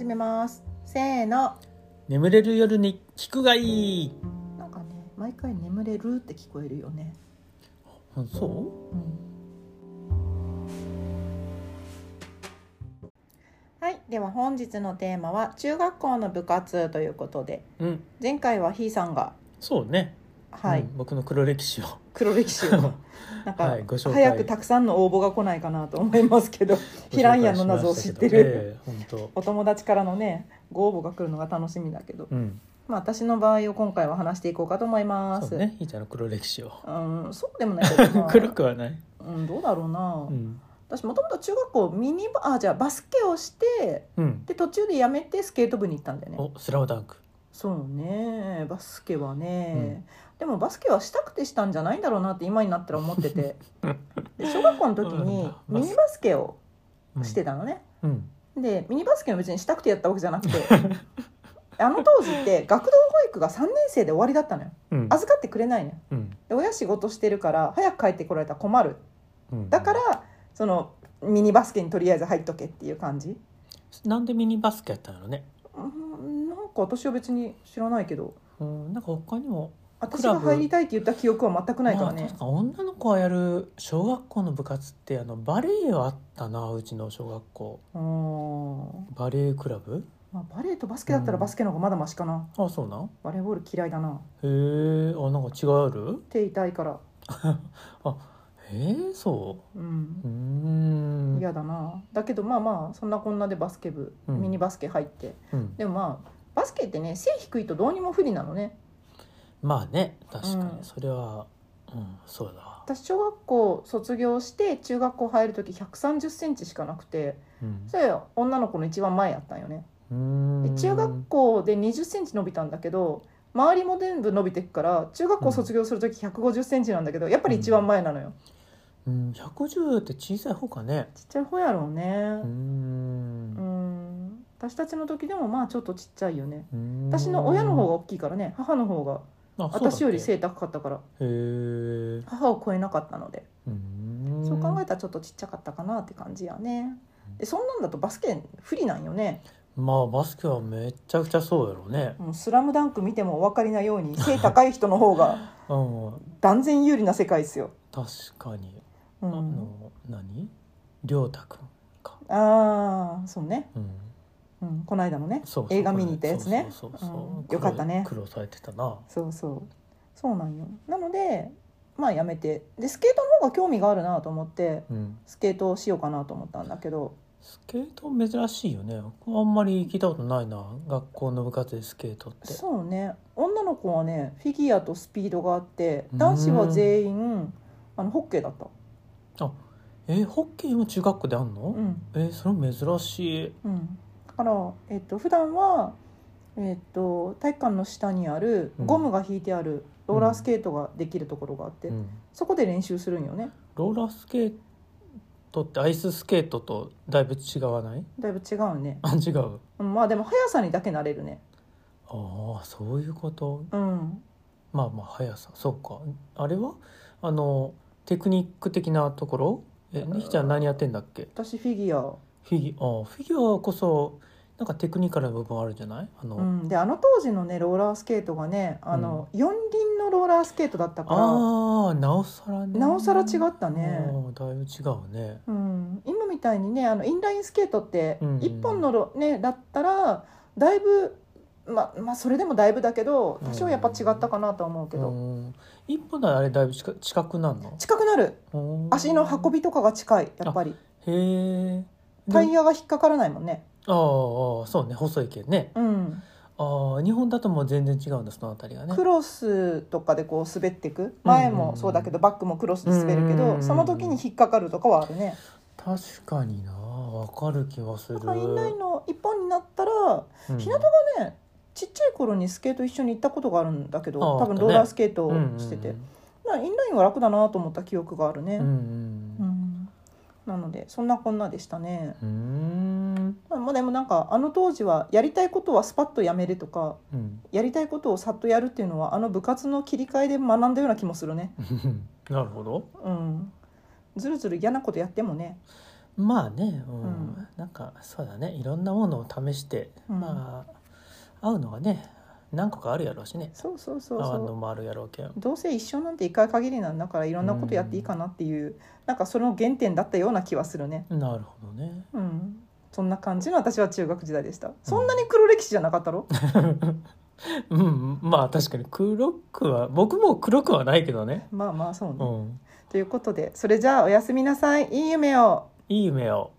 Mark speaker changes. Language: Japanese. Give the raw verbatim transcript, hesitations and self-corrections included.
Speaker 1: めます。せーの。
Speaker 2: 眠れる夜に聞くがいい。
Speaker 1: なんかね、毎回眠れるって聞こえるよね。
Speaker 2: そう、
Speaker 1: うん、はい、では本日のテーマは中学校の部活ということで、うん、前回はひーさんが
Speaker 2: そうね、
Speaker 1: はい、うん、
Speaker 2: 僕の黒歴史を
Speaker 1: 黒歴史をなんか、はい、早くたくさんの応募が来ないかなと思いますけどヒランヤの謎を知ってる、えー、本当お友達からのねご応募が来るのが楽しみだけど、うん、まあ、私の場合を今回は話していこうかと思います。
Speaker 2: そうね、ひーちゃんの黒歴史を、
Speaker 1: うん、そうでもないけど、まあ、
Speaker 2: 黒くはない、
Speaker 1: うん、どうだろうな、うん、私もともと中学校ミニバあじゃあバスケをして、うん、で途中でやめてスケート部に行ったんだよね。
Speaker 2: おスラムダンク。
Speaker 1: そうね、バスケはね、うん、でもバスケはしたくてしたんじゃないんだろうなって今になったら思っててで小学校の時にミニバスケをしてたのね、うんうん、でミニバスケは別にしたくてやったわけじゃなくてあの当時って学童保育がさんねん生で終わりだったのよ、うん、預かってくれないのよ、うん、で親仕事してるから早く帰ってこられたら困る、うん、だからそのミニバスケにとりあえず入っとけっていう感じ。
Speaker 2: なんでミニバスケやったのね。
Speaker 1: なんか私は別に知らないけど、
Speaker 2: うん、なんか他にも
Speaker 1: 私が入りたいって言った記憶は全くないからね。
Speaker 2: 確か女の子がやる小学校の部活ってあのバレエはあったな、うちの小学校。バレエクラブ、
Speaker 1: まあ、バレエとバスケだったらバスケの方がまだマシかな、
Speaker 2: うん、あ、そうなん。
Speaker 1: バレーボール嫌いだな。
Speaker 2: へえ、あ、なんか違いある。
Speaker 1: 手痛いから
Speaker 2: あ、へえ、そう、うん、うーん、
Speaker 1: 嫌だな。だけどまあまあそんなこんなでバスケ部、うん、ミニバスケ入って、うん、でもまあバスケってね背低いとどうにも不利なのね。
Speaker 2: まあね、確かにそれは、うん、うん、そうだ。
Speaker 1: 私小学校卒業して中学校入る時ひゃくさんじゅっセンチしかなくて、うん、それ女の子の一番前やったんよね。うーん、で中学校でにじゅっセンチ伸びたんだけど周りも全部伸びてくから中学校卒業する時ひゃくごじゅっセンチなんだけどやっぱり一番前なのよ、
Speaker 2: うんうん、ひゃくごじゅうって小さい方かね。
Speaker 1: ちっちゃい方やろうね。うーん、うん、私たちの時でもまあちょっとちっちゃいよね。私の親の方が大きいからね、母の方が私より背高かったから、へ母を超えなかったので、うーん、そう考えたらちょっとちっちゃかったかなって感じやね。でそんなんだとバスケ不利なんよね。
Speaker 2: まあバスケはめちゃくちゃそうやろうね。
Speaker 1: もうスラムダンク見てもお分かりなように背高い人の方が断然有利な世界ですよ。
Speaker 2: 確かに、うん、あの何亮太くんか。
Speaker 1: ああそうね、うん、うん、この間のねそうそう映画見に行ったやつね。よかったね。
Speaker 2: 苦労されてたな。
Speaker 1: そうそうそうなんよ。なのでまあやめて、でスケートの方が興味があるなと思って、うん、スケートをしようかなと思ったんだけど、
Speaker 2: スケート珍しいよね。あんまり聞いたことないな、学校の部活でスケートって。
Speaker 1: そうね、女の子はねフィギュアとスピードがあって、男子は全員あのホッケーだった。
Speaker 2: あ、えー、ホッケーも中学校であんの？うん、えー、それ珍しい、うん、
Speaker 1: だから、えっと、普段は、えっと、体育館の下にあるゴムが引いてあるローラースケートができるところがあって、うん、そこで練習するんよね。
Speaker 2: ローラースケートってアイススケートとだいぶ違わない？
Speaker 1: だいぶ違うね。
Speaker 2: あ、違う、
Speaker 1: うん、まあでも速さにだけなれるね。
Speaker 2: ああ、そういうこと。
Speaker 1: うん、
Speaker 2: まあまあ速さ、そうか。あれはあのテクニック的なところ、え、にきちゃん何やってんだっけ？
Speaker 1: 私フィギュア。
Speaker 2: フィギュア、フィギュアこそなんかテクニカルな部分あるんじゃない？あの、
Speaker 1: うん、であの当時のねローラースケートがねあの、うん、四輪のローラースケートだったから、
Speaker 2: ああ、なおさらね、
Speaker 1: なおさら違ったね。
Speaker 2: だいぶ違うね、
Speaker 1: うん、今みたいにねあのインラインスケートって一本のロ、ね、だったらだいぶままあそれでもだいぶだけど多少やっぱ違ったかなとは思うけど、うん、
Speaker 2: 一本ならあれだいぶ近近くなるの？
Speaker 1: 近くなる。足の運びとかが近い、やっぱり。へえ。タイヤが引っかからないもんね。
Speaker 2: ああ、そうね、細いけんね。うん。ああ、日本だともう全然違うんだ、そのあたりがね。
Speaker 1: クロスとかでこう滑っていく、前もそうだけど、うんうんうん、バックもクロスで滑るけど、うんうんうん、その時に引っかかるとかはあるね。
Speaker 2: 確かにな、わかる気はする。
Speaker 1: インラインの一本になったら、うん、日向がねちっちゃい頃にスケート一緒に行ったことがあるんだけど、多分ローラースケートをしてて、うんうん、インラインは楽だなと思った記憶があるね、うんうんうん、なのでそんなこんなでしたね。うーん、まあ、でもなんかあの当時はやりたいことはスパッとやめるとか、うん、やりたいことをさっとやるっていうのはあの部活の切り替えで学んだような気もするね。
Speaker 2: なるほど、
Speaker 1: うん、ずるずる嫌なことやってもね、
Speaker 2: まあね、うん
Speaker 1: うん、
Speaker 2: なんかそうだね、いろんなものを試して、
Speaker 1: うん、
Speaker 2: まあ合うのがね何個かあるやろうしね。
Speaker 1: そうそうそう
Speaker 2: 合わん
Speaker 1: そう
Speaker 2: のもあるやろうけん。
Speaker 1: どうせ一生なんて一回限りなんだからいろんなことやっていいかなっていう、うん、なんかその原点だったような気はするね。
Speaker 2: なるほどね。
Speaker 1: うん、そんな感じの私は中学時代でした。そんなに黒歴史じゃなかったろ。
Speaker 2: うん、まあ確かに黒くは僕も黒くはないけどね。
Speaker 1: まあまあそうね、
Speaker 2: うん、
Speaker 1: ということでそれじゃあおやすみなさい。いい夢を。
Speaker 2: いい夢を。